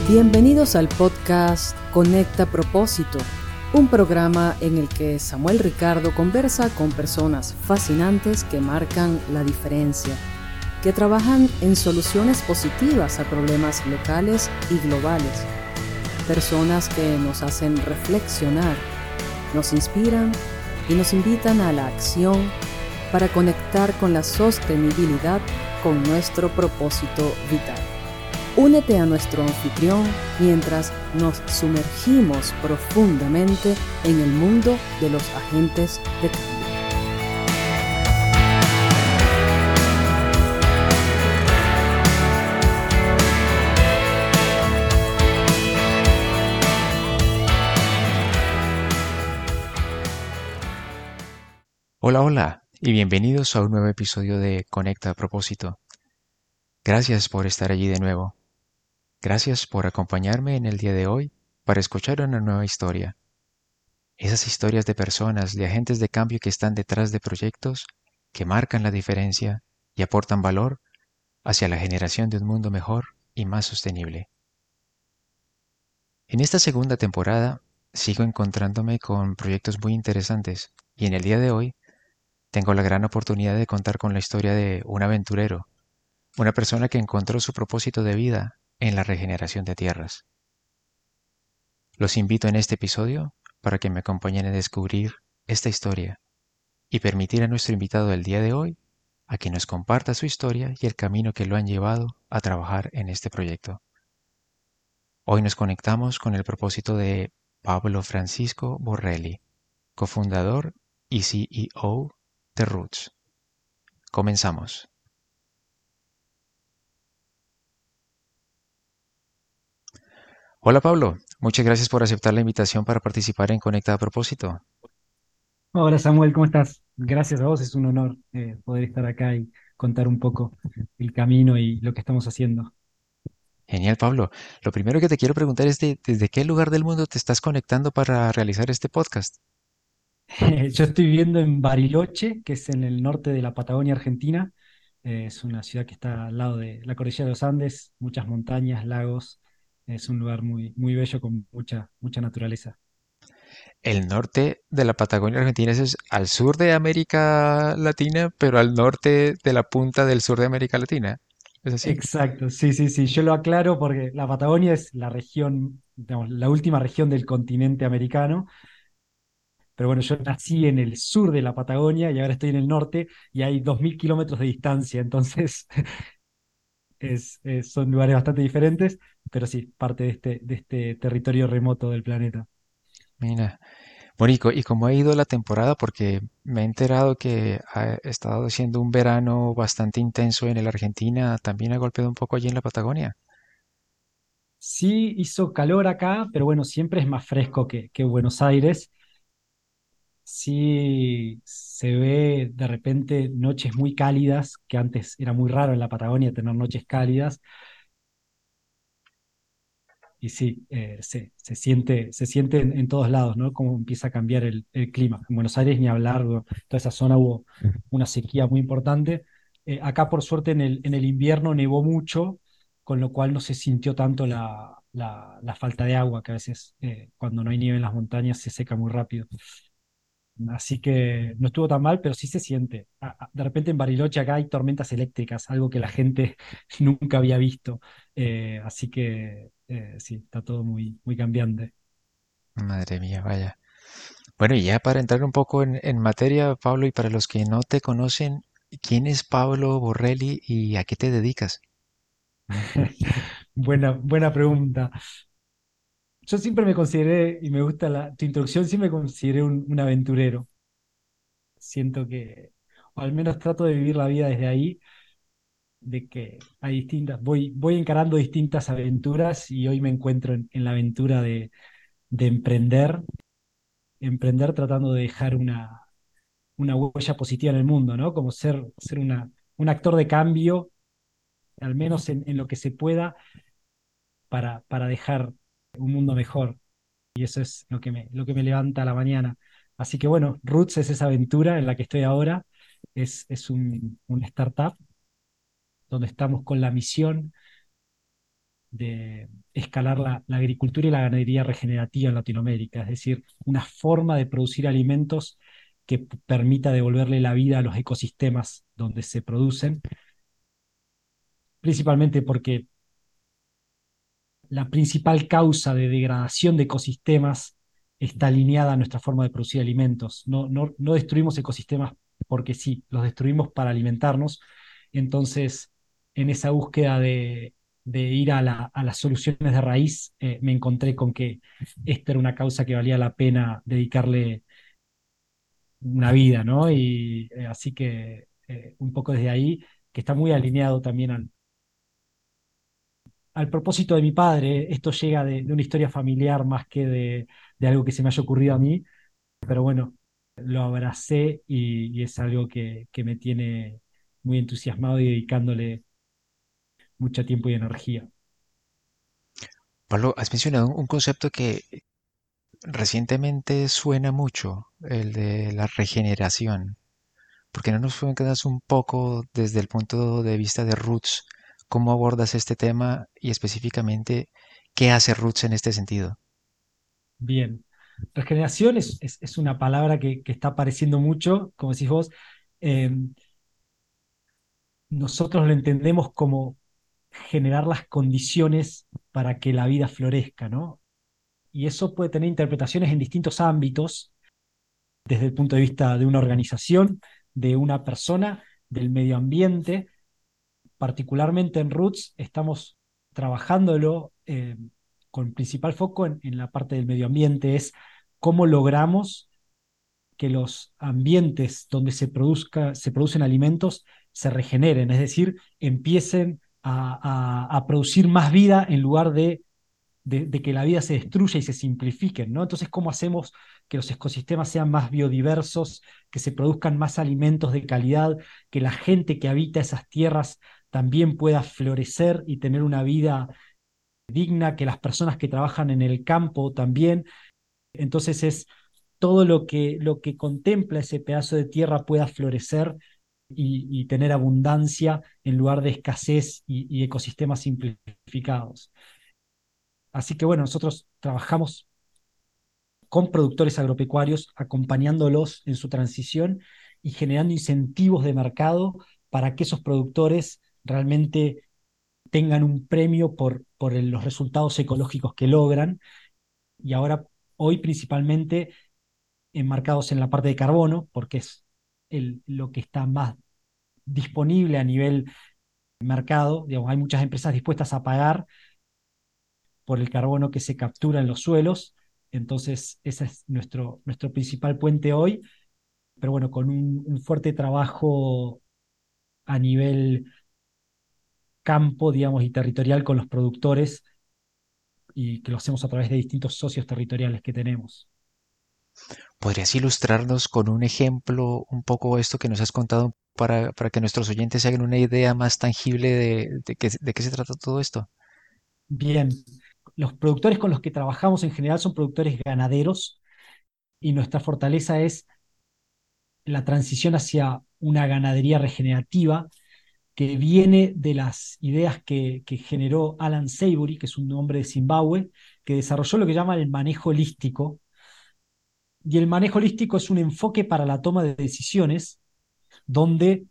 Bienvenidos al podcast Conecta Propósito, un programa en el que Samuel Ricardo conversa con personas fascinantes que marcan la diferencia, que trabajan en soluciones positivas a problemas locales y globales. Personas que nos hacen reflexionar, nos inspiran y nos invitan a la acción para conectar con la sostenibilidad con nuestro propósito vital. Únete a nuestro anfitrión mientras nos sumergimos profundamente en el mundo de los agentes de cambio. Hola, hola, y bienvenidos a un nuevo episodio de Conecta a Propósito. Gracias por estar allí de nuevo. Gracias por acompañarme en el día de hoy para escuchar una nueva historia. Esas historias de personas, de agentes de cambio que están detrás de proyectos que marcan la diferencia y aportan valor hacia la generación de un mundo mejor y más sostenible. En esta segunda temporada sigo encontrándome con proyectos muy interesantes y en el día de hoy tengo la gran oportunidad de contar con la historia de un aventurero, una persona que encontró su propósito de vida en la regeneración de tierras. Los invito en este episodio para que me acompañen a descubrir esta historia y permitir a nuestro invitado del día de hoy a que nos comparta su historia y el camino que lo han llevado a trabajar en este proyecto. Hoy nos conectamos con el propósito de Pablo Francisco Borrelli, cofundador y CEO de Roots. Comenzamos. Hola Pablo, muchas gracias por aceptar la invitación para participar en Conecta a Propósito. Hola Samuel, ¿cómo estás? Gracias a vos, es un honor poder estar acá y contar un poco el camino y lo que estamos haciendo. Genial, Pablo. Lo primero que te quiero preguntar es ¿desde qué lugar del mundo te estás conectando para realizar este podcast? Yo estoy viviendo en Bariloche, que es en el norte de la Patagonia Argentina. Es una ciudad que está al lado de la cordillera de los Andes, muchas montañas, lagos. Es un lugar muy, muy bello con mucha naturaleza. El norte de la Patagonia Argentina es al sur de América Latina, pero al norte de la punta del sur de América Latina. ¿Es así? Exacto, sí, sí, sí. Yo lo aclaro porque la Patagonia es la región, digamos, la última región del continente americano. Pero bueno, yo nací en el sur de la Patagonia y ahora estoy en el norte y hay 2000 kilómetros de distancia, entonces son lugares bastante diferentes, pero sí, parte de este territorio remoto del planeta. Mira. Bueno, ¿y cómo ha ido la temporada? Porque me he enterado que ha estado siendo un verano bastante intenso en la Argentina. También ha golpeado un poco allí en la Patagonia. Sí, hizo calor acá, pero bueno, siempre es más fresco que Buenos Aires. Sí, se ve de repente noches muy cálidas, que antes era muy raro en la Patagonia tener noches cálidas. Y sí, se siente en todos lados, ¿no? Cómo empieza a cambiar el clima. En Buenos Aires ni hablar, ¿no? Toda esa zona hubo una sequía muy importante. Acá, por suerte, en el invierno nevó mucho, con lo cual no se sintió tanto la falta de agua, que a veces cuando no hay nieve en las montañas se seca muy rápido. Así que no estuvo tan mal, pero sí se siente. De repente en Bariloche acá hay tormentas eléctricas, algo que la gente nunca había visto. Así que sí, está todo muy, muy cambiante. Madre mía, vaya. Bueno, y ya para entrar un poco en materia, Pablo, y para los que no te conocen, ¿quién es Pablo Borrelli y a qué te dedicas? Buena pregunta. Yo siempre me consideré, y me gusta tu introducción, siempre me consideré un aventurero. Siento que, o al menos trato de vivir la vida desde ahí, de que hay voy encarando distintas aventuras y hoy me encuentro en la aventura de emprender tratando de dejar una huella positiva en el mundo, ¿no? Como ser un actor de cambio, al menos en lo que se pueda, para dejar un mundo mejor. Y eso es lo que me levanta a la mañana. Así que bueno, Roots es esa aventura en la que estoy ahora. Es un startup donde estamos con la misión de escalar la agricultura y la ganadería regenerativa en Latinoamérica, es decir, una forma de producir alimentos que permita devolverle la vida a los ecosistemas donde se producen, principalmente porque la principal causa de degradación de ecosistemas está alineada a nuestra forma de producir alimentos. No destruimos ecosistemas porque sí, los destruimos para alimentarnos. Entonces, en esa búsqueda de ir a las soluciones de raíz, me encontré con que esta era una causa que valía la pena dedicarle una vida, ¿no? Y así que un poco desde ahí, que está muy alineado también al propósito de mi padre. Esto llega de una historia familiar más que de algo que se me haya ocurrido a mí, pero bueno, lo abracé y es algo que me tiene muy entusiasmado y dedicándole mucho tiempo y energía. Pablo, has mencionado un concepto que recientemente suena mucho, el de la regeneración. ¿Por qué no nos cuentas un poco desde el punto de vista de Roots, cómo abordas este tema y específicamente qué hace Roots en este sentido? Bien. Regeneración es una palabra que está apareciendo mucho, como decís vos. Eh, Nosotros lo entendemos como generar las condiciones para que la vida florezca, ¿no? Y eso puede tener interpretaciones en distintos ámbitos, desde el punto de vista de una organización, de una persona, del medio ambiente. Particularmente en Roots estamos trabajándolo con principal foco en la parte del medio ambiente, es cómo logramos que los ambientes donde se producen alimentos se regeneren, es decir, empiecen a producir más vida en lugar de que la vida se destruya y se simplifiquen, ¿no? Entonces, ¿cómo hacemos que los ecosistemas sean más biodiversos, que se produzcan más alimentos de calidad, que la gente que habita esas tierras también pueda florecer y tener una vida digna, que las personas que trabajan en el campo también? Entonces es todo lo que contempla ese pedazo de tierra pueda florecer y tener abundancia en lugar de escasez y ecosistemas simplificados. Así que bueno, nosotros trabajamos con productores agropecuarios, acompañándolos en su transición y generando incentivos de mercado para que esos productores realmente tengan un premio por los resultados ecológicos que logran. Y ahora, hoy principalmente enmarcados en la parte de carbono, porque es lo que está más disponible a nivel mercado. Digamos, hay muchas empresas dispuestas a pagar por el carbono que se captura en los suelos. Entonces, ese es nuestro principal puente hoy, pero bueno, con un fuerte trabajo a nivel campo, digamos, y territorial con los productores, y que lo hacemos a través de distintos socios territoriales que tenemos. ¿Podrías ilustrarnos con un ejemplo un poco esto que nos has contado para que nuestros oyentes se hagan una idea más tangible de qué se trata todo esto? Bien, los productores con los que trabajamos en general son productores ganaderos y nuestra fortaleza es la transición hacia una ganadería regenerativa que viene de las ideas que generó Alan Savory, que es un hombre de Zimbabue, que desarrolló lo que llama el manejo holístico. Y el manejo holístico es un enfoque para la toma de decisiones donde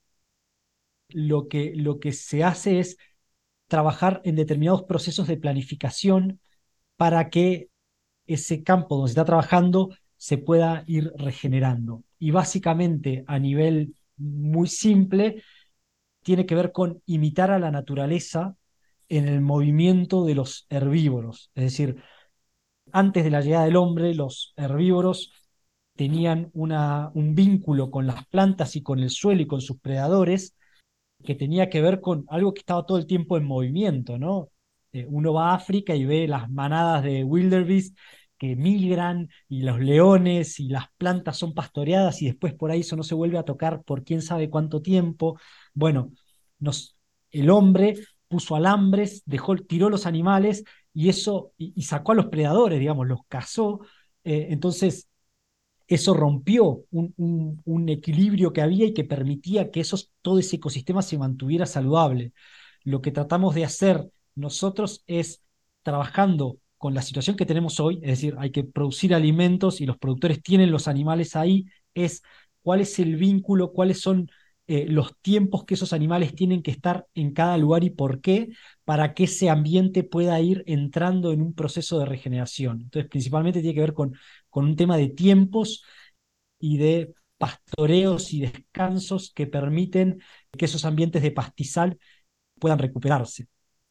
lo que se hace es trabajar en determinados procesos de planificación para que ese campo donde se está trabajando se pueda ir regenerando. Y básicamente, a nivel muy simple, tiene que ver con imitar a la naturaleza en el movimiento de los herbívoros. Es decir, antes de la llegada del hombre, los herbívoros tenían un vínculo con las plantas y con el suelo y con sus predadores que tenía que ver con algo que estaba todo el tiempo en movimiento, ¿no? Uno va a África y ve las manadas de wildebeest que migran y los leones y las plantas son pastoreadas y después por ahí eso no se vuelve a tocar por quién sabe cuánto tiempo. Bueno, nos, el hombre puso alambres, tiró los animales y eso y sacó a los predadores, digamos, los cazó. Entonces eso rompió un equilibrio que había y que permitía que todo ese ecosistema se mantuviera saludable. Lo que tratamos de hacer nosotros es trabajando con la situación que tenemos hoy, es decir, hay que producir alimentos y los productores tienen los animales ahí, es cuál es el vínculo, cuáles son los tiempos que esos animales tienen que estar en cada lugar y por qué, para que ese ambiente pueda ir entrando en un proceso de regeneración. Entonces, principalmente tiene que ver con un tema de tiempos y de pastoreos y descansos que permiten que esos ambientes de pastizal puedan recuperarse.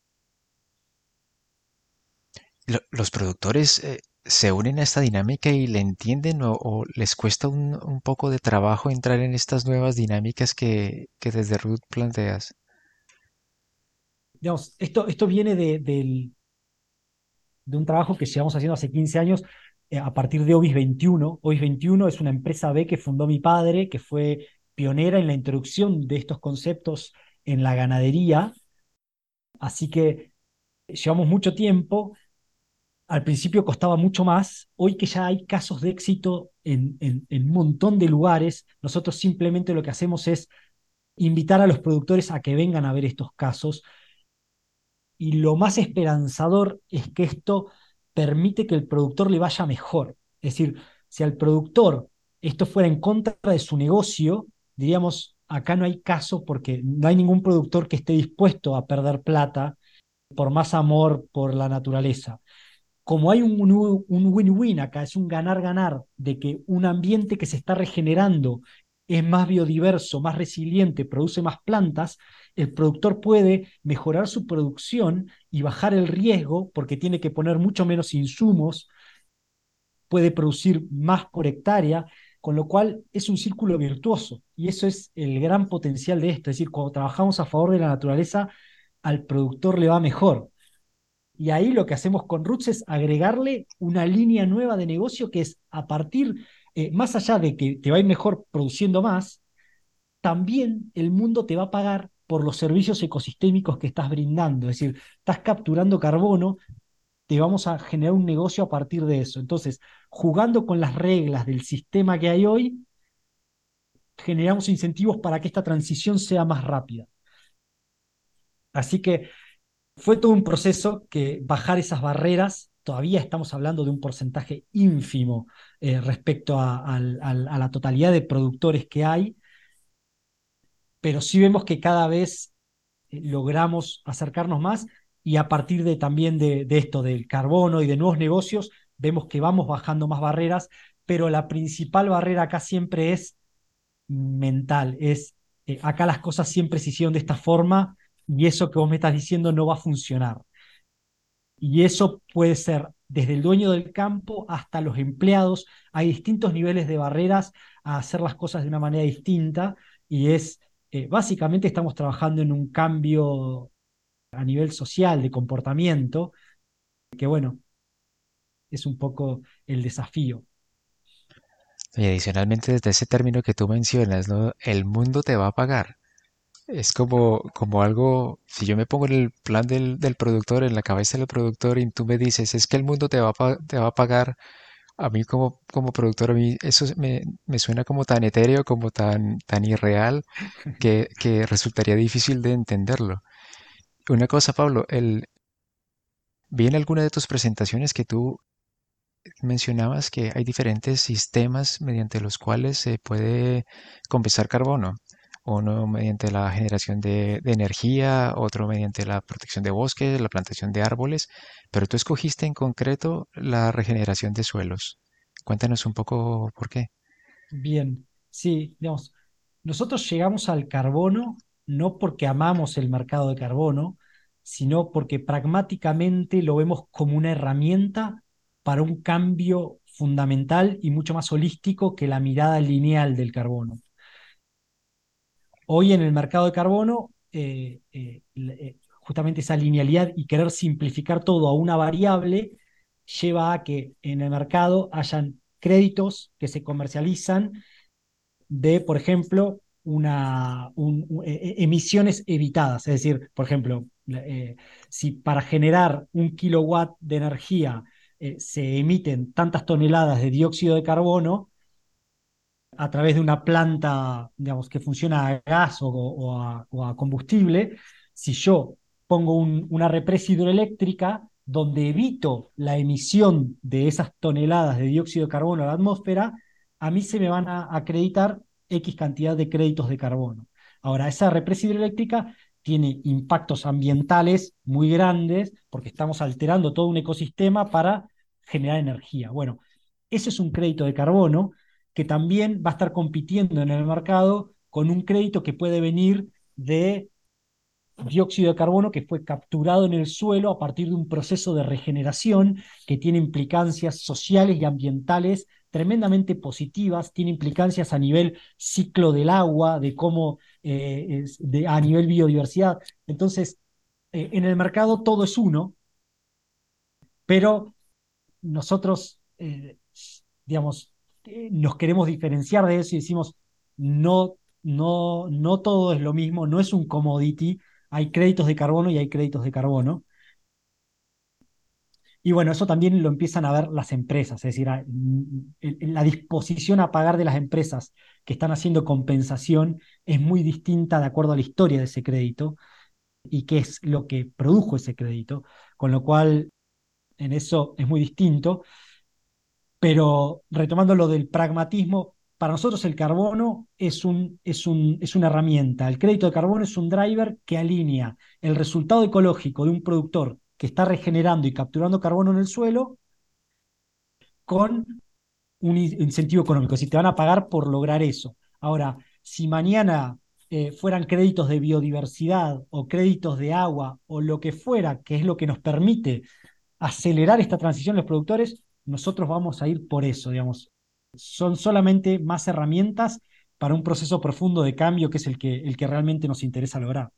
¿Los productores se unen a esta dinámica y le entienden o les cuesta un poco de trabajo entrar en estas nuevas dinámicas que desde Root planteas? Digamos, esto viene de un trabajo que llevamos haciendo hace 15 años a partir de Ovis 21. Ovis 21 es una empresa B que fundó mi padre, que fue pionera en la introducción de estos conceptos en la ganadería. Así que llevamos mucho tiempo. Al principio costaba mucho más. Hoy que ya hay casos de éxito en un montón de lugares, nosotros simplemente lo que hacemos es invitar a los productores a que vengan a ver estos casos y lo más esperanzador es que esto permite que el productor le vaya mejor. Es decir, si al productor esto fuera en contra de su negocio, diríamos, acá no hay caso porque no hay ningún productor que esté dispuesto a perder plata por más amor por la naturaleza. Como hay un win-win acá, es un ganar-ganar de que un ambiente que se está regenerando es más biodiverso, más resiliente, produce más plantas, el productor puede mejorar su producción y bajar el riesgo porque tiene que poner mucho menos insumos, puede producir más por hectárea, con lo cual es un círculo virtuoso. Y eso es el gran potencial de esto. Es decir, cuando trabajamos a favor de la naturaleza, al productor le va mejor. Y ahí lo que hacemos con Roots es agregarle una línea nueva de negocio que es a partir, más allá de que te va a ir mejor produciendo más, también el mundo te va a pagar por los servicios ecosistémicos que estás brindando. Es decir, estás capturando carbono, te vamos a generar un negocio a partir de eso. Entonces, jugando con las reglas del sistema que hay hoy, generamos incentivos para que esta transición sea más rápida. Así que fue todo un proceso que bajar esas barreras, todavía estamos hablando de un porcentaje ínfimo respecto a la totalidad de productores que hay, pero sí vemos que cada vez logramos acercarnos más y a partir de también de esto, del carbono y de nuevos negocios, vemos que vamos bajando más barreras, pero la principal barrera acá siempre es mental, es acá las cosas siempre se hicieron de esta forma y eso que vos me estás diciendo no va a funcionar. Y eso puede ser desde el dueño del campo hasta los empleados. Hay distintos niveles de barreras a hacer las cosas de una manera distinta y es, básicamente estamos trabajando en un cambio a nivel social, de comportamiento, que bueno, es un poco el desafío. Y adicionalmente, desde ese término que tú mencionas, ¿no? El mundo te va a pagar. Es como algo, si yo me pongo en el plan del productor, en la cabeza del productor, y tú me dices, es que el mundo te va a pagar, a mí como productor, a mí eso me suena como tan etéreo, como tan irreal, que resultaría difícil de entenderlo. Una cosa, Pablo, vi en alguna de tus presentaciones que tú mencionabas que hay diferentes sistemas mediante los cuales se puede compensar carbono. Uno mediante la generación de energía, otro mediante la protección de bosques, la plantación de árboles, pero tú escogiste en concreto la regeneración de suelos. Cuéntanos un poco por qué. Bien, sí, digamos, nosotros llegamos al carbono no porque amamos el mercado de carbono, sino porque pragmáticamente lo vemos como una herramienta para un cambio fundamental y mucho más holístico que la mirada lineal del carbono. Hoy en el mercado de carbono, justamente esa linealidad y querer simplificar todo a una variable lleva a que en el mercado hayan créditos que se comercializan de, por ejemplo, emisiones evitadas. Es decir, por ejemplo, si para generar 1 kilowatt de energía se emiten tantas toneladas de dióxido de carbono, a través de una planta, digamos, que funciona a gas o a combustible, si yo pongo una represa hidroeléctrica donde evito la emisión de esas toneladas de dióxido de carbono a la atmósfera, a mí se me van a acreditar X cantidad de créditos de carbono. Ahora, esa represa hidroeléctrica tiene impactos ambientales muy grandes porque estamos alterando todo un ecosistema para generar energía. Bueno, ese es un crédito de carbono que también va a estar compitiendo en el mercado con un crédito que puede venir de dióxido de carbono que fue capturado en el suelo a partir de un proceso de regeneración que tiene implicancias sociales y ambientales tremendamente positivas, tiene implicancias a nivel ciclo del agua, de cómo a nivel biodiversidad. Entonces, en el mercado todo es uno, pero nosotros, digamos, nos queremos diferenciar de eso y decimos, no todo es lo mismo, no es un commodity, hay créditos de carbono y hay créditos de carbono. Y bueno, eso también lo empiezan a ver las empresas, es decir, la disposición a pagar de las empresas que están haciendo compensación es muy distinta de acuerdo a la historia de ese crédito y qué es lo que produjo ese crédito, con lo cual en eso es muy distinto. Pero retomando lo del pragmatismo, para nosotros el carbono es una herramienta. El crédito de carbono es un driver que alinea el resultado ecológico de un productor que está regenerando y capturando carbono en el suelo con un incentivo económico. Si te van a pagar por lograr eso. Ahora, si mañana fueran créditos de biodiversidad o créditos de agua o lo que fuera, que es lo que nos permite acelerar esta transición los productores, nosotros vamos a ir por eso, digamos. Son solamente más herramientas para un proceso profundo de cambio que es el que realmente nos interesa lograr.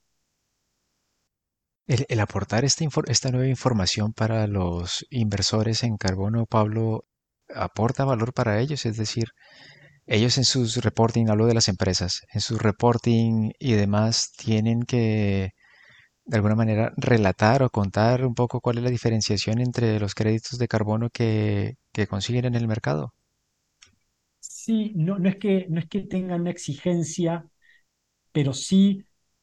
El aportar esta nueva información para los inversores en carbono, Pablo, aporta valor para ellos, es decir, ellos en sus reporting, hablo de las empresas, en su reporting y demás, tienen que de alguna manera relatar o contar un poco cuál es la diferenciación entre los créditos de carbono que consiguen en el mercado. Sí, no es que tengan una exigencia, pero sí,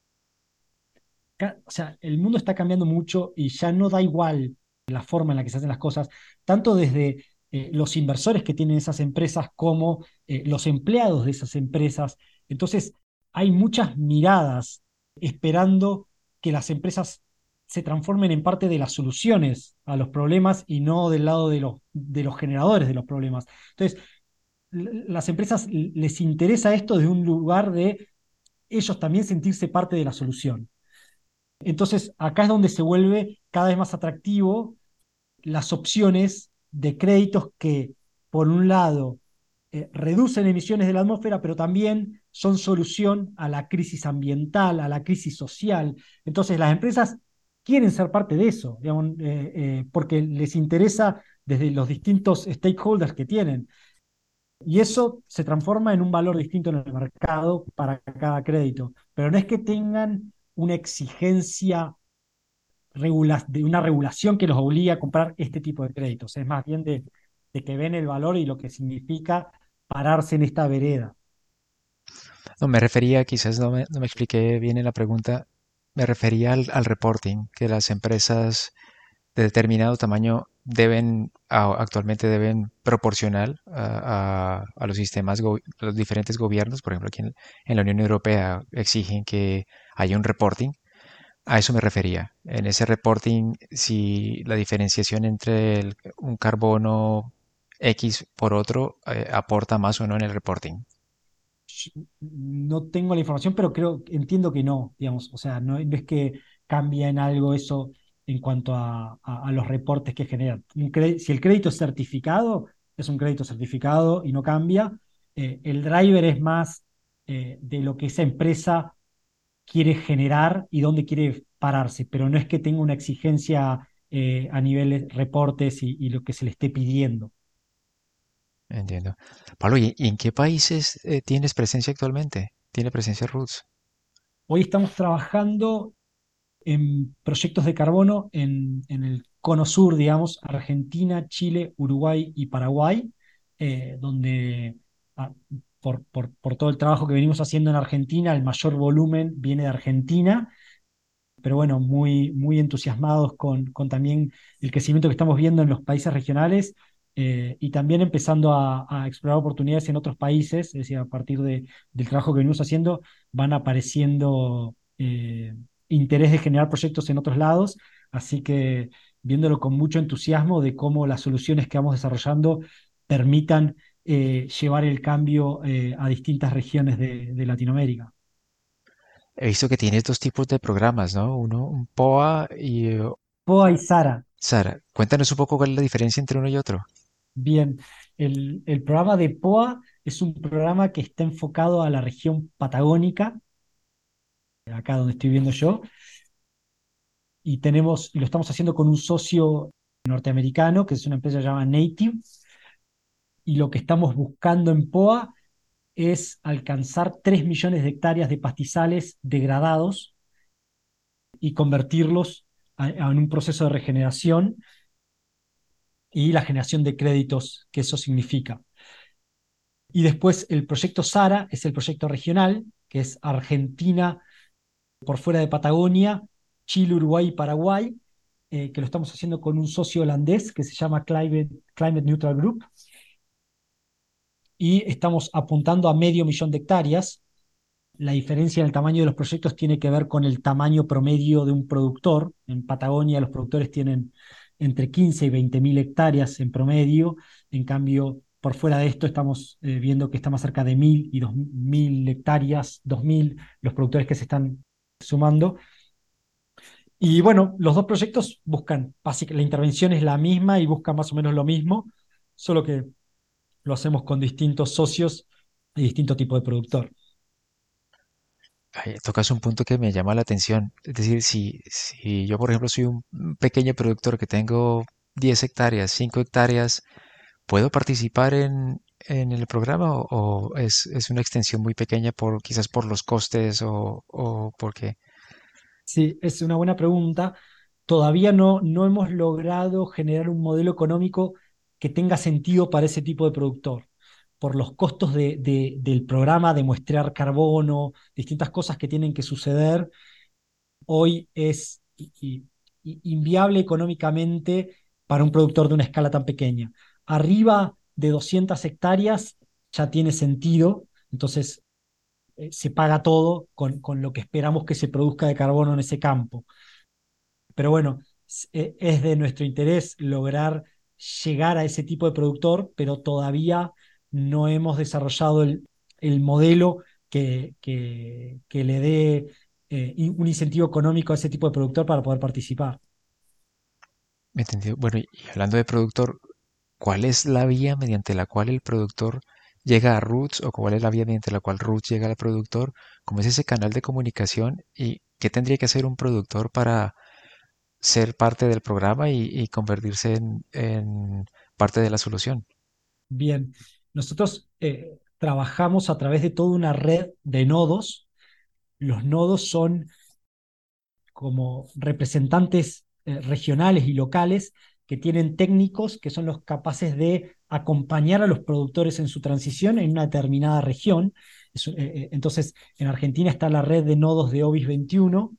o sea, el mundo está cambiando mucho y ya no da igual la forma en la que se hacen las cosas, tanto desde los inversores que tienen esas empresas como los empleados de esas empresas. Entonces, hay muchas miradas esperando que las empresas se transformen en parte de las soluciones a los problemas y no del lado de los generadores de los problemas. Entonces, las empresas les interesa esto desde un lugar de ellos también sentirse parte de la solución. Entonces, acá es donde se vuelve cada vez más atractivo las opciones de créditos que, por un lado, reducen emisiones de la atmósfera, pero también son solución a la crisis ambiental, a la crisis social. Entonces, las empresas quieren ser parte de eso, digamos, porque les interesa desde los distintos stakeholders que tienen. Y eso se transforma en un valor distinto en el mercado para cada crédito. Pero no es que tengan una exigencia de una regulación que los obligue a comprar este tipo de créditos. Es más bien de que ven el valor y lo que significa pararse en esta vereda. No, me refería, quizás no me expliqué bien en la pregunta, me refería al reporting, que las empresas de determinado tamaño actualmente deben proporcional a los sistemas, los diferentes gobiernos, por ejemplo, aquí en la Unión Europea exigen que haya un reporting. A eso me refería. En ese reporting, si la diferenciación entre un carbono X por otro aporta más o no en el reporting. No tengo la información, pero entiendo que no, digamos, o sea, no es que cambia en algo eso en cuanto a los reportes que generan. Si el crédito es certificado, es un crédito certificado y no cambia. El driver es más de lo que esa empresa quiere generar y dónde quiere pararse, pero no es que tenga una exigencia a nivel de reportes y lo que se le esté pidiendo. Entiendo. Pablo, ¿y en qué países tienes presencia actualmente? ¿Tiene presencia Roots? Hoy estamos trabajando en proyectos de carbono en el cono sur, digamos, Argentina, Chile, Uruguay y Paraguay, donde ah, por todo el trabajo que venimos haciendo en Argentina, el mayor volumen viene de Argentina, pero bueno, muy entusiasmados con también el crecimiento que estamos viendo en los países regionales, y también empezando a explorar oportunidades en otros países, es decir, a partir del trabajo que venimos haciendo, van apareciendo interés de generar proyectos en otros lados, así que viéndolo con mucho entusiasmo de cómo las soluciones que vamos desarrollando permitan llevar el cambio a distintas regiones de Latinoamérica. He visto que tienes dos tipos de programas, ¿no? Uno, un POA y Poa y Sara. Sara. Cuéntanos un poco cuál es la diferencia entre uno y otro. Bien, el programa de POA es un programa que está enfocado a la región patagónica, acá donde estoy viendo yo, y lo estamos haciendo con un socio norteamericano, que es una empresa llamada Native, y lo que estamos buscando en POA es alcanzar 3 millones de hectáreas de pastizales degradados y convertirlos en un proceso de regeneración y la generación de créditos que eso significa. Y después el proyecto SARA es el proyecto regional, que es Argentina por fuera de Patagonia, Chile, Uruguay y Paraguay, que lo estamos haciendo con un socio holandés que se llama Climate Neutral Group, y estamos apuntando a 500.000 de hectáreas. La diferencia en el tamaño de los proyectos tiene que ver con el tamaño promedio de un productor. En Patagonia los productores tienen entre 15 y 20.000 hectáreas en promedio. En cambio, por fuera de esto estamos viendo que está más cerca de 1.000 y 2.000 hectáreas, 2.000 los productores que se están sumando. Y bueno, los dos proyectos buscan, la intervención es la misma y buscan más o menos lo mismo, solo que lo hacemos con distintos socios y distinto tipo de productor. Ay, tocas un punto que me llama la atención. Es decir, si yo, por ejemplo, soy un pequeño productor que tengo 10 hectáreas, 5 hectáreas, ¿puedo participar en el programa o es una extensión muy pequeña quizás por los costes o porque... Sí, es una buena pregunta. Todavía no hemos logrado generar un modelo económico que tenga sentido para ese tipo de productor. Por los costos del programa de muestrear carbono, distintas cosas que tienen que suceder, hoy es inviable económicamente para un productor de una escala tan pequeña. Arriba de 200 hectáreas ya tiene sentido, entonces se paga todo con lo que esperamos que se produzca de carbono en ese campo. Pero bueno, es de nuestro interés lograr llegar a ese tipo de productor, pero todavía no hemos desarrollado el modelo que le dé un incentivo económico a ese tipo de productor para poder participar. ¿Me entendió? Bueno, y hablando de productor, ¿cuál es la vía mediante la cual el productor llega a Roots o cuál es la vía mediante la cual Roots llega al productor? ¿Cómo es ese canal de comunicación y qué tendría que hacer un productor para ser parte del programa y convertirse en parte de la solución? Bien, nosotros trabajamos a través de toda una red de nodos. Los nodos son como representantes regionales y locales que tienen técnicos que son los capaces de acompañar a los productores en su transición en una determinada región. Entonces, en Argentina está la red de nodos de Ovis 21,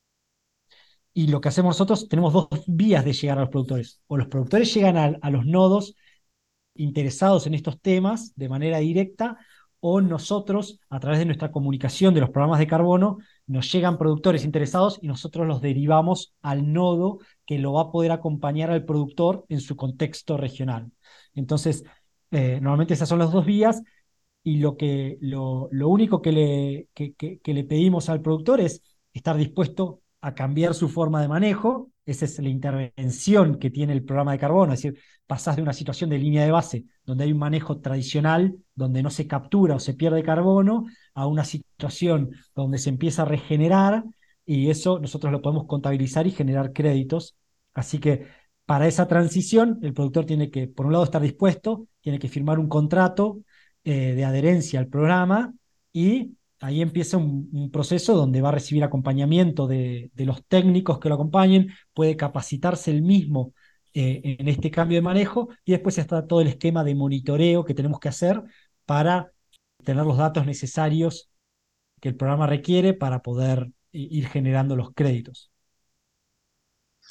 y lo que hacemos nosotros, tenemos dos vías de llegar a los productores. O los productores llegan a los nodos interesados en estos temas de manera directa, o nosotros, a través de nuestra comunicación de los programas de carbono, nos llegan productores interesados y nosotros los derivamos al nodo que lo va a poder acompañar al productor en su contexto regional. Entonces, normalmente esas son las dos vías, y lo único que le pedimos al productor es estar dispuesto a cambiar su forma de manejo. Esa es la intervención que tiene el programa de carbono, es decir, pasás de una situación de línea de base donde hay un manejo tradicional, donde no se captura o se pierde carbono, a una situación donde se empieza a regenerar, y eso nosotros lo podemos contabilizar y generar créditos. Así que para esa transición, el productor tiene que, por un lado, estar dispuesto, tiene que firmar un contrato de adherencia al programa, y ahí empieza un proceso donde va a recibir acompañamiento de los técnicos que lo acompañen, puede capacitarse él mismo en este cambio de manejo, y después está todo el esquema de monitoreo que tenemos que hacer para tener los datos necesarios que el programa requiere para poder ir generando los créditos.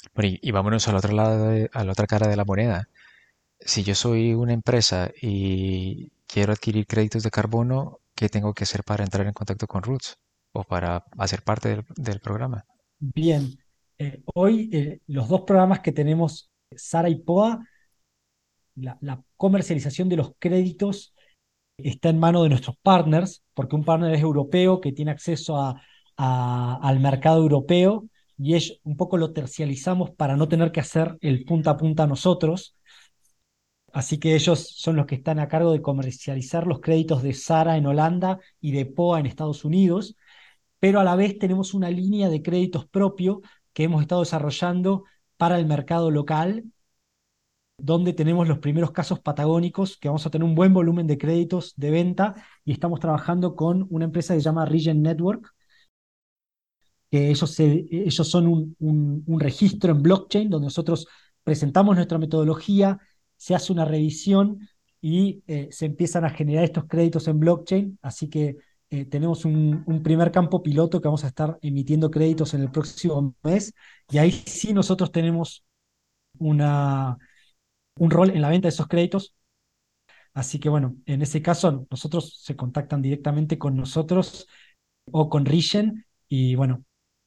Bueno, y vámonos al otro lado a la otra cara de la moneda. Si yo soy una empresa y quiero adquirir créditos de carbono, ¿qué tengo que hacer para entrar en contacto con Roots o para hacer parte del programa? Bien, hoy los dos programas que tenemos, Sara y POA, la comercialización de los créditos está en manos de nuestros partners, porque un partner es europeo que tiene acceso al mercado europeo y un poco lo tercializamos para no tener que hacer el punta a punta nosotros. Así que ellos son los que están a cargo de comercializar los créditos de Sara en Holanda y de POA en Estados Unidos, pero a la vez tenemos una línea de créditos propio que hemos estado desarrollando para el mercado local, donde tenemos los primeros casos patagónicos, que vamos a tener un buen volumen de créditos de venta y estamos trabajando con una empresa que se llama Regen Network, que ellos son un registro en blockchain donde nosotros presentamos nuestra metodología, se hace una revisión y se empiezan a generar estos créditos en blockchain. Así que tenemos un primer campo piloto que vamos a estar emitiendo créditos en el próximo mes y ahí sí nosotros tenemos un rol en la venta de esos créditos. Así que bueno, en ese caso nosotros se contactan directamente con nosotros o con Regen y bueno,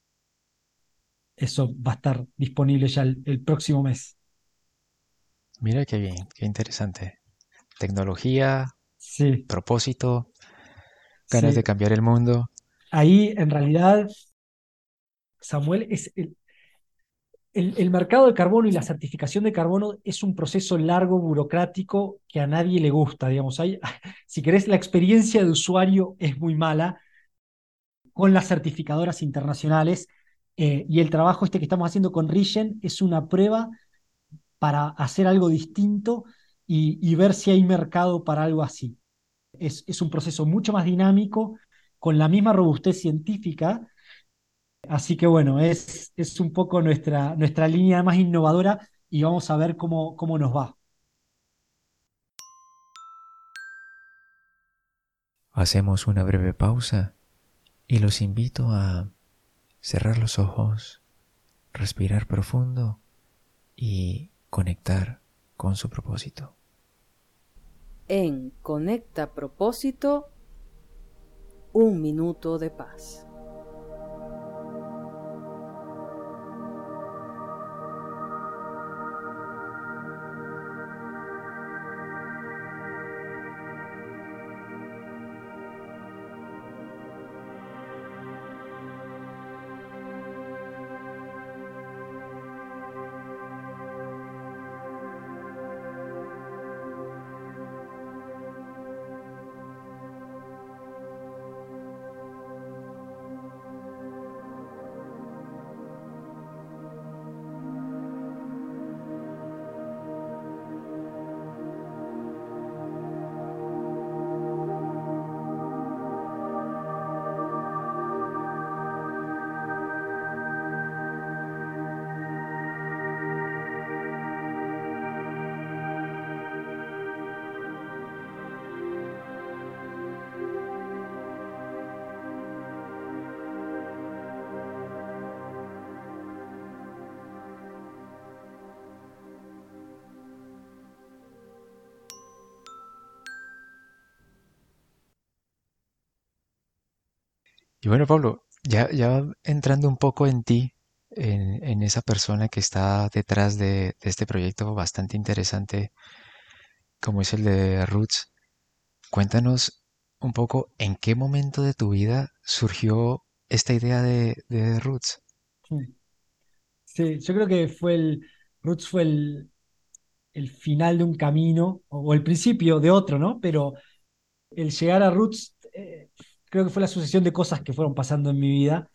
eso va a estar disponible ya el próximo mes. Mira qué bien, qué interesante. Tecnología, Sí, propósito, ganas de sí. cambiar el mundo. Ahí en realidad, Samuel, es el mercado de carbono y la certificación de carbono es un proceso largo, burocrático, que a nadie le gusta, digamos. Si querés, la experiencia de usuario es muy mala con las certificadoras internacionales y el trabajo este que estamos haciendo con Regen es una prueba para hacer algo distinto y ver si hay mercado para algo así. Es un proceso mucho más dinámico, con la misma robustez científica. Así que bueno, es un poco nuestra línea más innovadora y vamos a ver cómo nos va. Hacemos una breve pausa y los invito a cerrar los ojos, respirar profundo y conectar con su propósito. En Conecta Propósito, un minuto de paz. Y bueno, Pablo, ya entrando un poco en ti, en esa persona que está detrás de este proyecto bastante interesante como es el de Roots, cuéntanos un poco en qué momento de tu vida surgió esta idea de Roots. Sí, yo creo que Roots fue el final de un camino o el principio de otro, ¿no? Pero el llegar a Roots creo que fue la sucesión de cosas que fueron pasando en mi vida.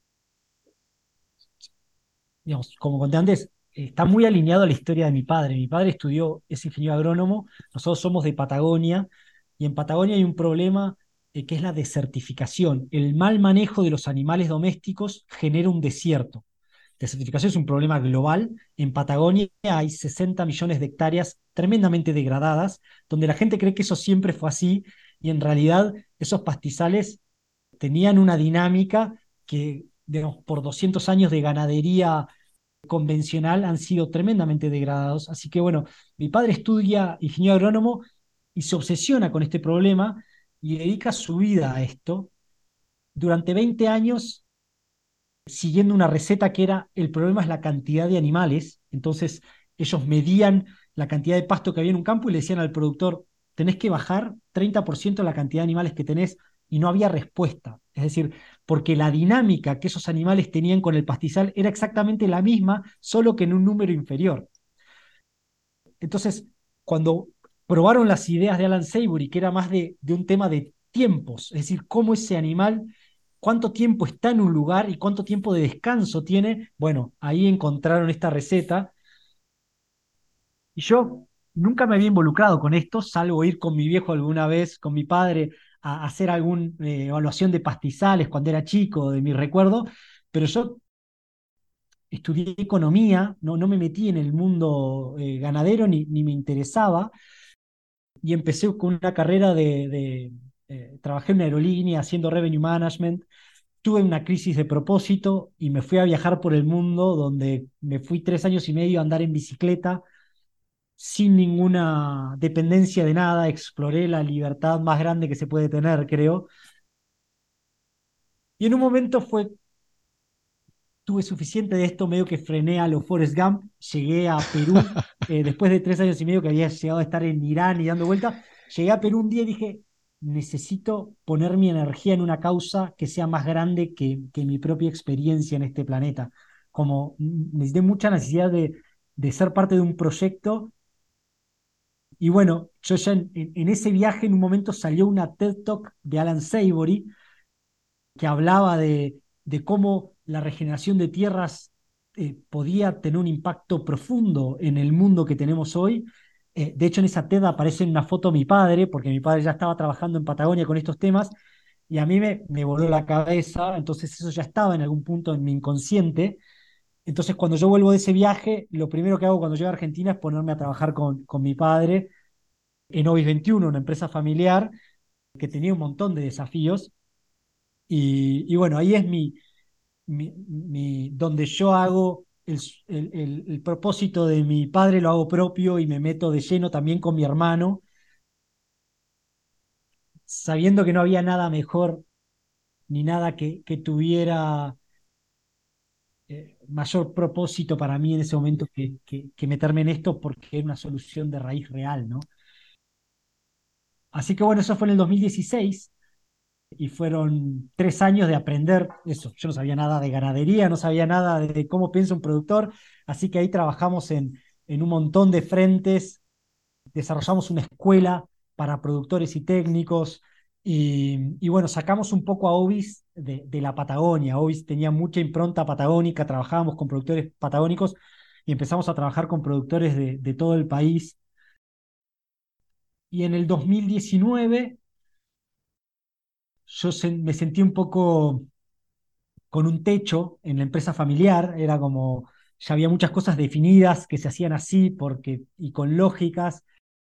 Digamos, como conté antes, está muy alineado a la historia de mi padre. Mi padre es ingeniero agrónomo, nosotros somos de Patagonia, y en Patagonia hay un problema que es la desertificación. El mal manejo de los animales domésticos genera un desierto. Desertificación es un problema global. En Patagonia hay 60 millones de hectáreas tremendamente degradadas, donde la gente cree que eso siempre fue así, y en realidad esos pastizales tenían una dinámica que, digamos, por 200 años de ganadería convencional han sido tremendamente degradados. Así que bueno, mi padre estudia ingeniero agrónomo y se obsesiona con este problema y dedica su vida a esto. Durante 20 años, siguiendo una receta que era, el problema es la cantidad de animales. Entonces ellos medían la cantidad de pasto que había en un campo y le decían al productor, tenés que bajar 30% la cantidad de animales que tenés, y no había respuesta. Es decir, porque la dinámica que esos animales tenían con el pastizal era exactamente la misma, solo que en un número inferior. Entonces, cuando probaron las ideas de Alan Savory, que era más de un tema de tiempos, es decir, cómo ese animal, cuánto tiempo está en un lugar y cuánto tiempo de descanso tiene, bueno, ahí encontraron esta receta. Y yo nunca me había involucrado con esto, salvo ir con mi viejo alguna vez, con mi padre, a hacer alguna evaluación de pastizales cuando era chico, de mi recuerdo, pero yo estudié economía, no me metí en el mundo ganadero ni me interesaba, y empecé con una carrera trabajé en una aerolínea haciendo revenue management. Tuve una crisis de propósito y me fui a viajar por el mundo, donde me fui 3 años y medio a andar en bicicleta sin ninguna dependencia de nada. Exploré la libertad más grande que se puede tener, creo. Y en un momento tuve suficiente de esto, medio que frené a los Forrest Gump, llegué a Perú, después de 3 años y medio que había llegado a estar en Irán y dando vueltas, llegué a Perú un día y dije, necesito poner mi energía en una causa que sea más grande que mi propia experiencia en este planeta. Como necesité mucha necesidad de ser parte de un proyecto. Y bueno, yo ya en ese viaje en un momento salió una TED Talk de Alan Savory que hablaba de cómo la regeneración de tierras podía tener un impacto profundo en el mundo que tenemos hoy. De hecho, en esa TED aparece en una foto mi padre, porque mi padre ya estaba trabajando en Patagonia con estos temas, y a mí me voló la cabeza. Entonces eso ya estaba en algún punto en mi inconsciente. Entonces cuando yo vuelvo de ese viaje, lo primero que hago cuando llego a Argentina es ponerme a trabajar con mi padre en Ovis 21, una empresa familiar que tenía un montón de desafíos. Y bueno, ahí es donde yo hago el propósito de mi padre, lo hago propio y me meto de lleno también con mi hermano, sabiendo que no había nada mejor ni nada que tuviera mayor propósito para mí en ese momento que meterme en esto, porque era una solución de raíz real, ¿no? Así que bueno, eso fue en el 2016. Y fueron 3 años de aprender eso. Yo no sabía nada de ganadería, no sabía nada de cómo piensa un productor, así que ahí trabajamos en un montón de frentes, desarrollamos una escuela para productores y técnicos, y bueno, sacamos un poco a Ovis de la Patagonia. Ovis tenía mucha impronta patagónica, trabajábamos con productores patagónicos y empezamos a trabajar con productores de todo el país. Y en el 2019 me sentí un poco con un techo en la empresa familiar. Era como, ya había muchas cosas definidas que se hacían así y con lógicas.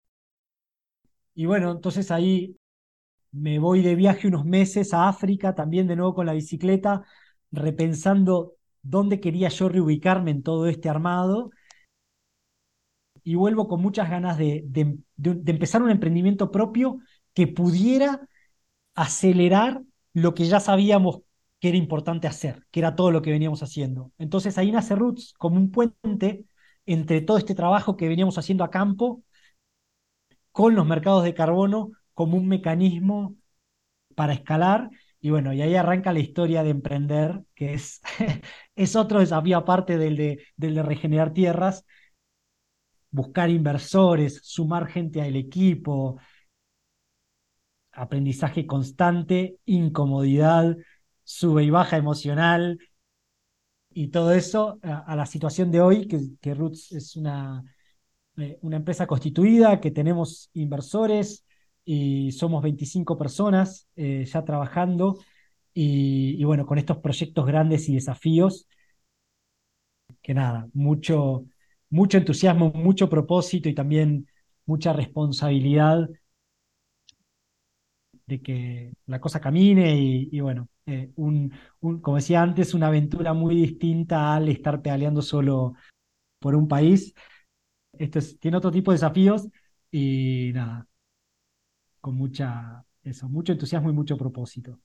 Y bueno, entonces ahí me voy de viaje unos meses a África, también de nuevo con la bicicleta, repensando dónde quería yo reubicarme en todo este armado. Y vuelvo con muchas ganas de empezar un emprendimiento propio que pudiera acelerar lo que ya sabíamos que era importante hacer, que era todo lo que veníamos haciendo. Entonces ahí nace Roots como un puente entre todo este trabajo que veníamos haciendo a campo con los mercados de carbono como un mecanismo para escalar. Y bueno, y ahí arranca la historia de emprender, que es, es otro desafío aparte del de regenerar tierras, buscar inversores, sumar gente al equipo, aprendizaje constante, incomodidad, sube y baja emocional, y todo eso a la situación de hoy, que Roots es una empresa constituida, que tenemos inversores y somos 25 personas ya trabajando, y bueno, con estos proyectos grandes y desafíos, que nada, mucho entusiasmo, mucho propósito y también mucha responsabilidad de que la cosa camine y bueno, como decía antes, una aventura muy distinta al estar pedaleando solo por un país. Tiene otro tipo de desafíos y nada, con mucho entusiasmo y mucho propósito.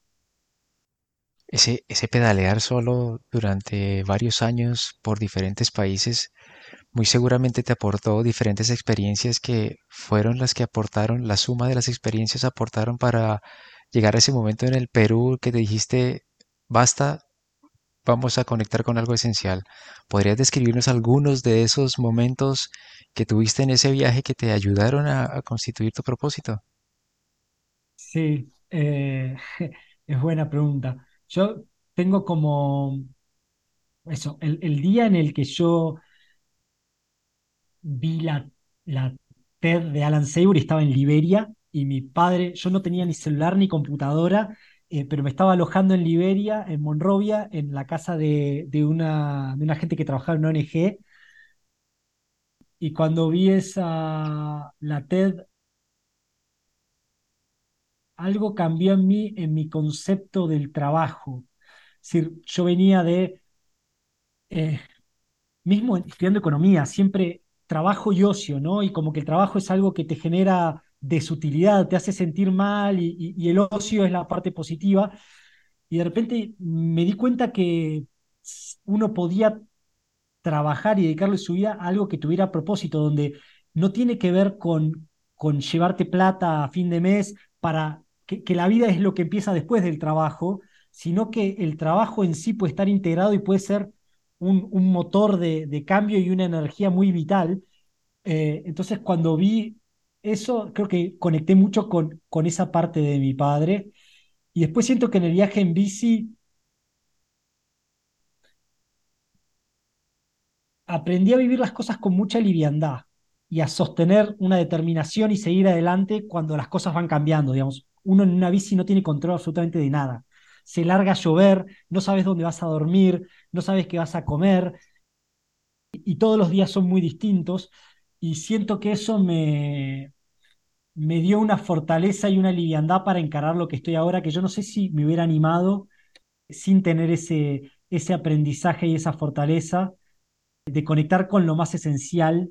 Ese pedalear solo durante varios años por diferentes países muy seguramente te aportó diferentes experiencias que fueron las que aportaron, la suma de las experiencias aportaron para llegar a ese momento en el Perú que te dijiste, basta, vamos a conectar con algo esencial. ¿Podrías describirnos algunos de esos momentos que tuviste en ese viaje que te ayudaron a constituir tu propósito? Sí, es buena pregunta. Yo tengo como eso, el día en el que yo vi la TED de Alan Savory, estaba en Liberia y mi padre, yo no tenía ni celular ni computadora, pero me estaba alojando en Liberia, en Monrovia, en la casa de una gente que trabajaba en una ONG. Y cuando vi la TED, algo cambió en mí, en mi concepto del trabajo. Es decir, yo venía eh, mismo estudiando economía, siempre trabajo y ocio, ¿no? Y como que el trabajo es algo que te genera desutilidad, te hace sentir mal y el ocio es la parte positiva. Y de repente me di cuenta que uno podía trabajar y dedicarle su vida a algo que tuviera propósito, donde no tiene que ver con llevarte plata a fin de mes para que la vida es lo que empieza después del trabajo, sino que el trabajo en sí puede estar integrado y puede ser un motor de cambio y una energía muy vital. Entonces, cuando vi eso, creo que conecté mucho con esa parte de mi padre. Y después siento que en el viaje en bici aprendí a vivir las cosas con mucha liviandad y a sostener una determinación y seguir adelante cuando las cosas van cambiando, digamos. Uno en una bici no tiene control absolutamente de nada. Se larga a llover, no sabes dónde vas a dormir, no sabes qué vas a comer y todos los días son muy distintos y siento que eso me dio una fortaleza y una liviandad para encarar lo que estoy ahora, que yo no sé si me hubiera animado sin tener ese aprendizaje y esa fortaleza de conectar con lo más esencial.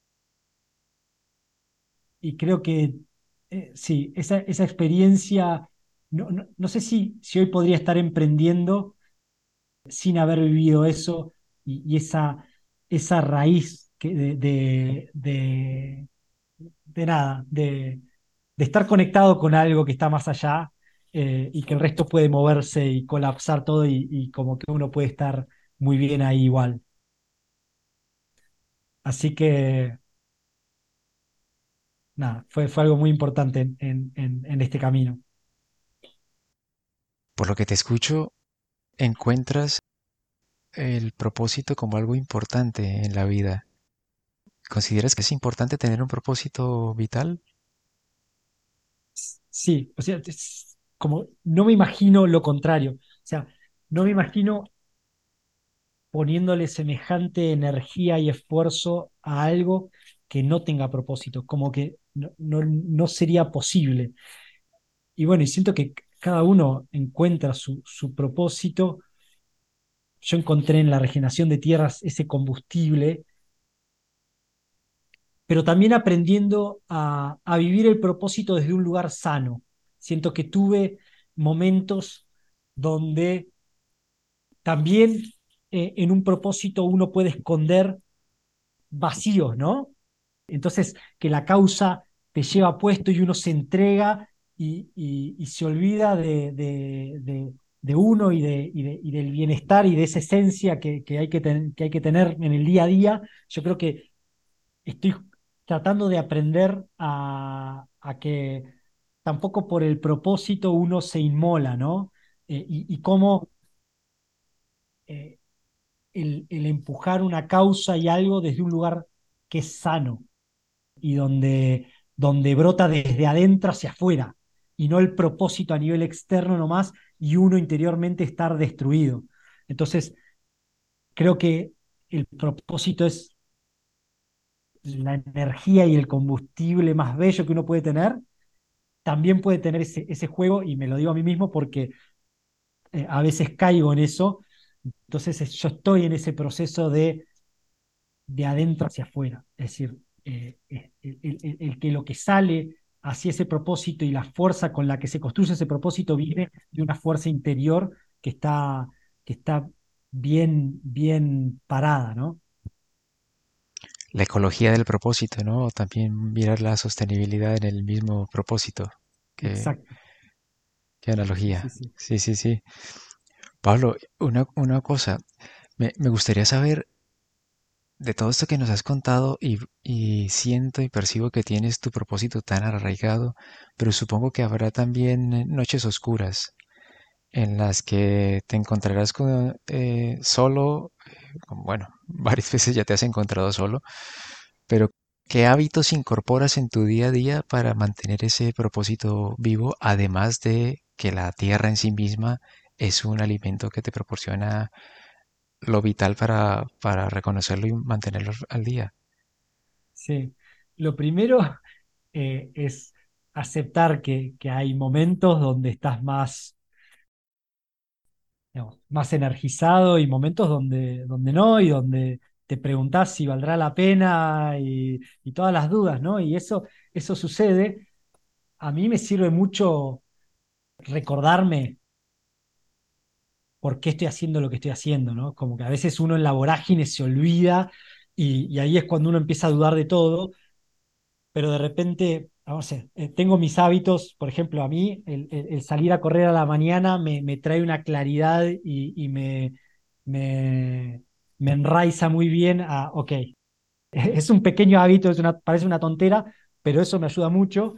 Y creo que sí, esa experiencia, no sé si hoy podría estar emprendiendo sin haber vivido eso y esa raíz de nada, de estar conectado con algo que está más allá y que el resto puede moverse y colapsar todo y como que uno puede estar muy bien ahí igual. Así que nada, fue algo muy importante en este camino. Por lo que te escucho, encuentras el propósito como algo importante en la vida. ¿Consideras que es importante tener un propósito vital? Sí, o sea, es como no me imagino lo contrario. O sea, no me imagino poniéndole semejante energía y esfuerzo a algo que no tenga propósito, como que no sería posible. Y bueno, y siento que cada uno encuentra su propósito. Yo encontré en la regeneración de tierras ese combustible, pero también aprendiendo a vivir el propósito desde un lugar sano. Siento que tuve momentos donde también en un propósito uno puede esconder vacíos, ¿no? Entonces, que la causa te lleva puesto y uno se entrega y se olvida de uno y del bienestar y de esa esencia que hay que tener en el día a día. Yo creo que estoy tratando de aprender a que tampoco por el propósito uno se inmola, ¿no? Y cómo eh, el empujar una causa y algo desde un lugar que es sano y donde brota desde adentro hacia afuera y no el propósito a nivel externo nomás y uno interiormente estar destruido. Entonces, creo que el propósito es la energía y el combustible más bello que uno puede tener también puede tener ese juego, y me lo digo a mí mismo porque a veces caigo en eso. Entonces yo estoy en ese proceso de adentro hacia afuera. Es decir, el que lo que sale hacia ese propósito y la fuerza con la que se construye ese propósito viene de una fuerza interior que está bien, bien parada, ¿no? La ecología del propósito, ¿no? También mirar la sostenibilidad en el mismo propósito. Qué, Exacto. qué Sí, sí, analogía. sí. Sí, sí, sí. Pablo, una cosa, me gustaría saber de todo esto que nos has contado y siento y percibo que tienes tu propósito tan arraigado, pero supongo que habrá también noches oscuras en las que te encontrarás solo, bueno, varias veces ya te has encontrado solo, pero ¿qué hábitos incorporas en tu día a día para mantener ese propósito vivo, además de que la tierra en sí misma es un alimento que te proporciona lo vital para reconocerlo y mantenerlo al día? Sí. Lo primero es aceptar que hay momentos donde estás más, digamos, más energizado y momentos donde no, y donde te preguntás si valdrá la pena y todas las dudas, ¿no? Y eso sucede. A mí me sirve mucho recordarme por qué estoy haciendo lo que estoy haciendo, ¿no? Como que a veces uno en la vorágine se olvida, y ahí es cuando uno empieza a dudar de todo, pero de repente, no sé, tengo mis hábitos. Por ejemplo, a mí el salir a correr a la mañana me trae una claridad y me, me enraiza muy bien a, ok, es un pequeño hábito, parece una tontera, pero eso me ayuda mucho.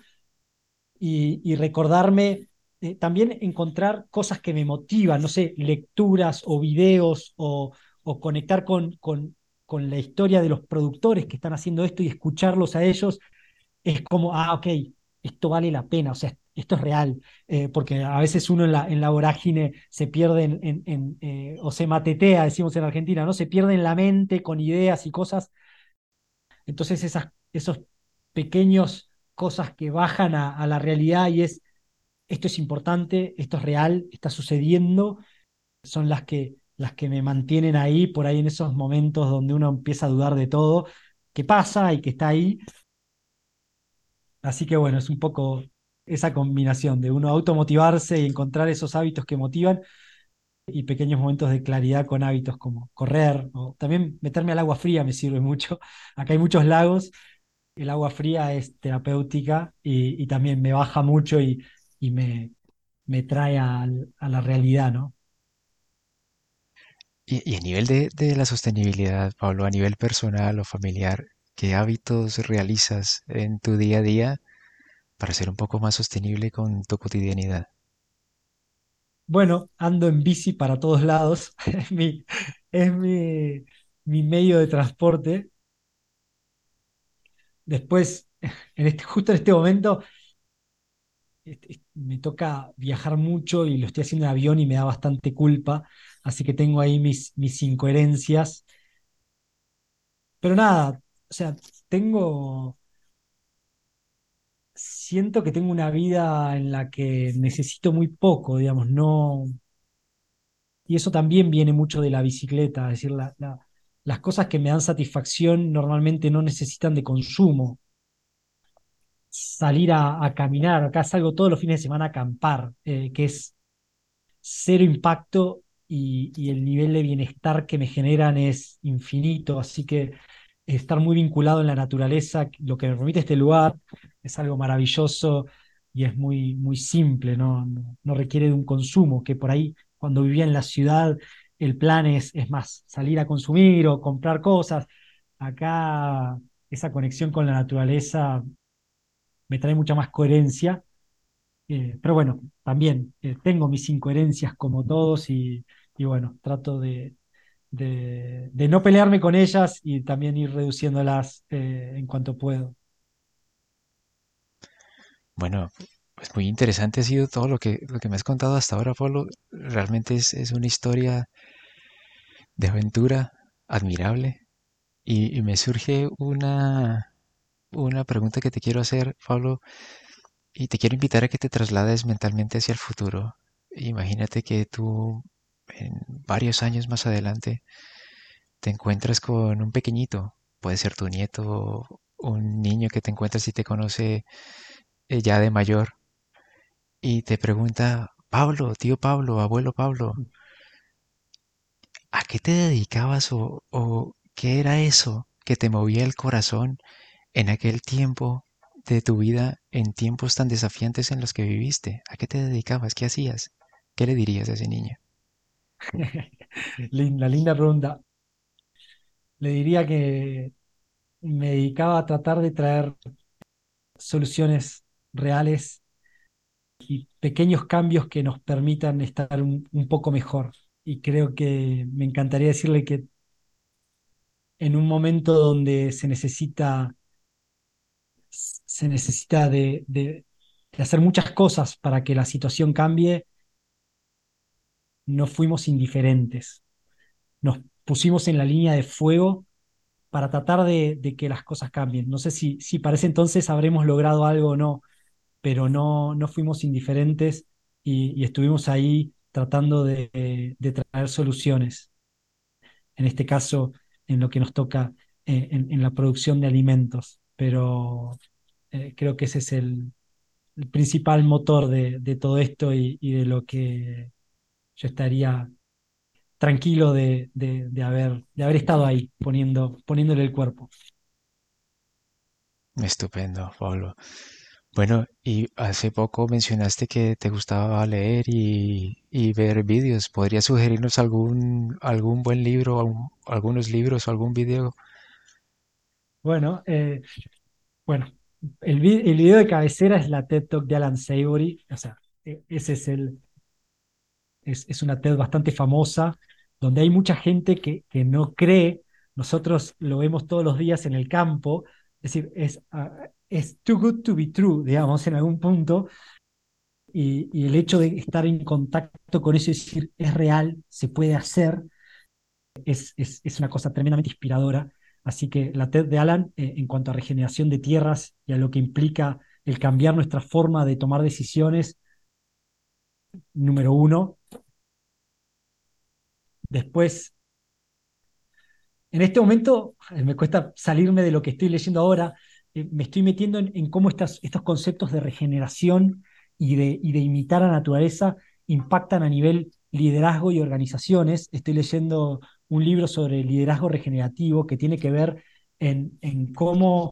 Y recordarme, también encontrar cosas que me motivan, no sé, lecturas o videos, o conectar con la historia de los productores que están haciendo esto y escucharlos a ellos. Es como, ok, esto vale la pena, o sea, esto es real. Porque a veces uno en la vorágine se pierde o se matetea, decimos en Argentina, ¿no? Se pierde en la mente con ideas y cosas. Entonces esos pequeños cosas que bajan a la realidad, y esto es importante, esto es real, está sucediendo, son las que me mantienen ahí, por ahí en esos momentos donde uno empieza a dudar de todo, que pasa y que está ahí. Así que bueno, es un poco esa combinación de uno automotivarse y encontrar esos hábitos que motivan, y pequeños momentos de claridad con hábitos como correr, o también meterme al agua fría me sirve mucho. Acá hay muchos lagos, el agua fría es terapéutica, y también me baja mucho y me trae a la realidad, ¿no? Y a nivel de la sostenibilidad, Pablo, a nivel personal o familiar, ¿qué hábitos realizas en tu día a día para ser un poco más sostenible con tu cotidianidad? Bueno, ando en bici para todos lados, es mi medio de transporte. Después, justo en este momento, me toca viajar mucho y lo estoy haciendo en avión y me da bastante culpa, así que tengo ahí mis incoherencias. Pero nada, o sea, tengo, siento que tengo una vida en la que necesito muy poco, digamos, no. Y eso también viene mucho de la bicicleta, es decir, las cosas que me dan satisfacción normalmente no necesitan de consumo. Salir a caminar, acá salgo todos los fines de semana a acampar, que es cero impacto, y el nivel de bienestar que me generan es infinito. Así que estar muy vinculado en la naturaleza, lo que me permite este lugar, es algo maravilloso, y es muy, muy simple, no requiere de un consumo, que por ahí cuando vivía en la ciudad el plan es más salir a consumir o comprar cosas. Acá esa conexión con la naturaleza me trae mucha más coherencia. Pero bueno, también tengo mis incoherencias como todos, y bueno, trato de no pelearme con ellas y también ir reduciéndolas en cuanto puedo. Bueno, pues muy interesante ha sido todo lo que me has contado hasta ahora, Pablo. Realmente es una historia de aventura admirable. Y me surge una pregunta que te quiero hacer, Pablo, Y te quiero invitar a que te traslades mentalmente hacia el futuro. Imagínate que tú en varios años más adelante te encuentras con un pequeñito, puede ser tu nieto, un niño que te encuentras y te conoce ya de mayor, y te pregunta, Pablo, tío Pablo, abuelo Pablo, ¿a qué te dedicabas o qué era eso que te movía el corazón en aquel tiempo de tu vida, en tiempos tan desafiantes en los que viviste? ¿A qué te dedicabas? ¿Qué hacías? ¿Qué le dirías a ese niño? Linda pregunta. Le diría que me dedicaba a tratar de traer soluciones reales y pequeños cambios que nos permitan estar un poco mejor. Y creo que me encantaría decirle que en un momento donde se necesita de hacer muchas cosas para que la situación cambie, no fuimos indiferentes. Nos pusimos en la línea de fuego para tratar de que las cosas cambien. No sé si para ese entonces habremos logrado algo o no, pero no fuimos indiferentes y estuvimos ahí tratando de traer soluciones. En este caso, en lo que nos toca en la producción de alimentos. Pero creo que ese es el principal motor de todo esto y de lo que yo estaría tranquilo de haber estado ahí, poniéndole el cuerpo. Estupendo, Pablo. Bueno, y hace poco mencionaste que te gustaba leer y ver vídeos. ¿Podrías sugerirnos algún buen libro, algunos libros o algún video? Bueno, bueno, el video de cabecera es la TED Talk de Alan Savory. O sea, ese es una TED bastante famosa, donde hay mucha gente que no cree. Nosotros lo vemos todos los días en el campo. Es decir, es too good to be true, digamos, en algún punto. Y el hecho de estar en contacto con eso y decir, es real, se puede hacer, es una cosa tremendamente inspiradora. Así que la TED de Alan, en cuanto a regeneración de tierras y a lo que implica el cambiar nuestra forma de tomar decisiones, número uno. Después, en este momento, me cuesta salirme de lo que estoy leyendo ahora. Me estoy metiendo en cómo estos conceptos de regeneración y de imitar a la naturaleza impactan a nivel liderazgo y organizaciones. Estoy leyendo un libro sobre liderazgo regenerativo que tiene que ver en cómo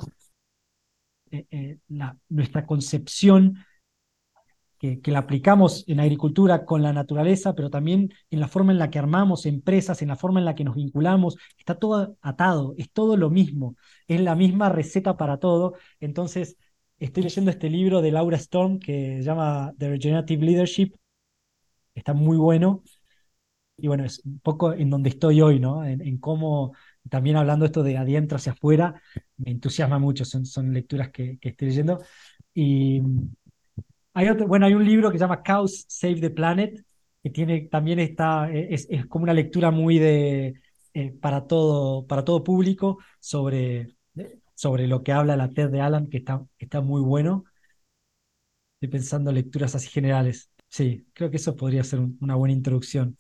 nuestra concepción que la aplicamos en agricultura con la naturaleza, pero también en la forma en la que armamos empresas, en la forma en la que nos vinculamos, está todo atado, es todo lo mismo, es la misma receta para todo. Entonces, estoy leyendo este libro de Laura Storm que se llama The Regenerative Leadership, está muy bueno, y bueno, es un poco en donde estoy hoy, ¿no? En cómo, también hablando esto de adentro hacia afuera, me entusiasma mucho, son lecturas que estoy leyendo. Y bueno, hay un libro que se llama Cows Save the Planet, que también es como una lectura muy para todo público sobre lo que habla la TED de Alan, que está muy bueno. Estoy pensando en lecturas así generales. Sí, creo que eso podría ser una buena introducción.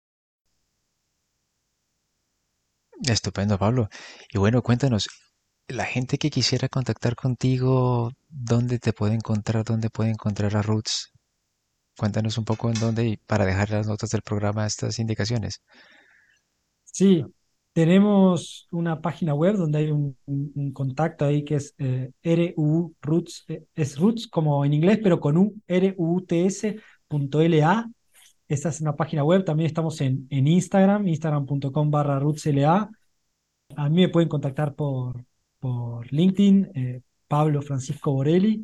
Estupendo, Pablo. Y bueno, cuéntanos, la gente que quisiera contactar contigo, ¿dónde te puede encontrar? ¿Dónde puede encontrar a Roots? Cuéntanos un poco en dónde y para dejar las notas del programa estas indicaciones. Sí, tenemos una página web donde hay un contacto ahí que es RU Roots, es Roots como en inglés, pero con ruuts.la. Esa es una página web. También estamos en Instagram, instagram.com/rootsla. A mí me pueden contactar por LinkedIn, Pablo Francisco Borelli,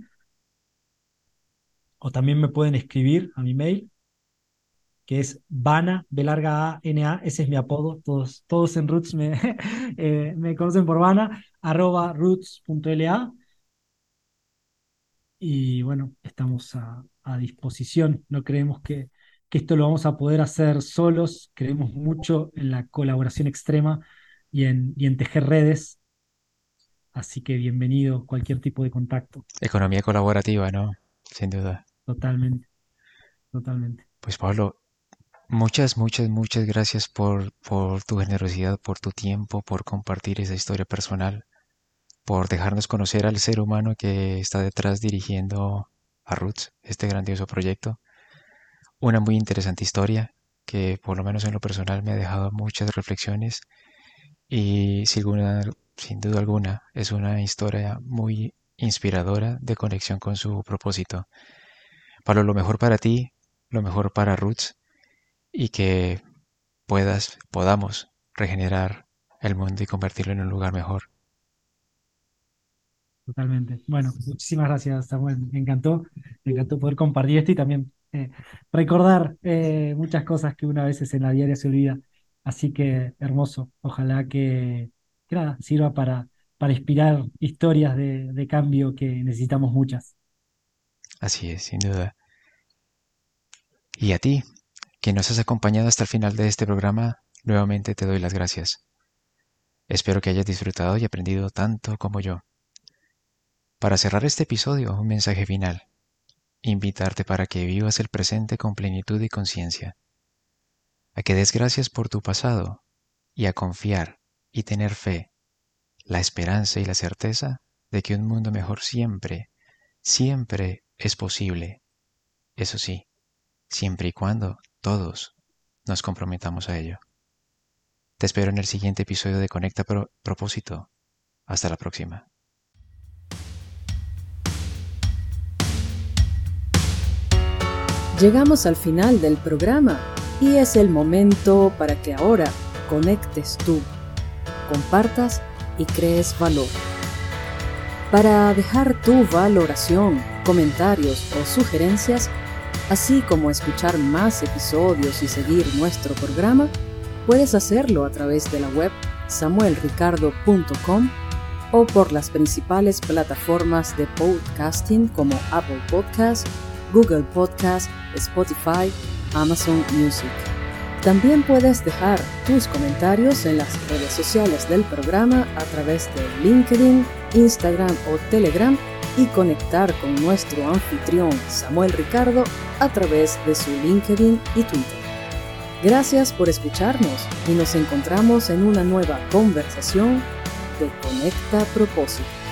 o también me pueden escribir a mi mail, que es Vana, B larga A, N A, ese es mi apodo, todos en Roots me conocen por Vana, @roots.la. Y bueno, estamos a disposición. No creemos que esto lo vamos a poder hacer solos, creemos mucho en la colaboración extrema y en tejer redes, así que bienvenido cualquier tipo de contacto. Economía colaborativa, ¿no? sin duda. Totalmente, totalmente. Pues Pablo, muchas, muchas, muchas gracias por tu generosidad, por tu tiempo, por compartir esa historia personal, por dejarnos conocer al ser humano que está detrás dirigiendo a Roots, este grandioso proyecto. Una muy interesante historia que por lo menos en lo personal me ha dejado muchas reflexiones y sin duda alguna es una historia muy inspiradora de conexión con su propósito. Pablo, lo mejor para ti, lo mejor para Roots y que podamos regenerar el mundo y convertirlo en un lugar mejor. Totalmente. Bueno, muchísimas gracias, Samuel. Me encantó poder compartir esto y también recordar muchas cosas que una veces en la diaria se olvida. Así que hermoso. Ojalá que nada, sirva para inspirar historias de cambio que necesitamos muchas. Así es, sin duda. Y a ti, que nos has acompañado hasta el final de este programa, nuevamente te doy las gracias. Espero que hayas disfrutado y aprendido tanto como yo. Para cerrar este episodio, un mensaje final. Invitarte para que vivas el presente con plenitud y conciencia. A que des gracias por tu pasado y a confiar y tener fe, la esperanza y la certeza de que un mundo mejor siempre, siempre es posible. Eso sí, siempre y cuando todos nos comprometamos a ello. Te espero en el siguiente episodio de Conecta Propósito. Hasta la próxima. Llegamos al final del programa y es el momento para que ahora conectes tú, compartas y crees valor. Para dejar tu valoración, comentarios o sugerencias, así como escuchar más episodios y seguir nuestro programa, puedes hacerlo a través de la web samuelricardo.com o por las principales plataformas de podcasting como Apple Podcasts, Google Podcasts, Spotify, Amazon Music. También puedes dejar tus comentarios en las redes sociales del programa a través de LinkedIn, Instagram o Telegram y conectar con nuestro anfitrión Samuel Ricardo a través de su LinkedIn y Twitter. Gracias por escucharnos y nos encontramos en una nueva conversación de Conecta Propósito.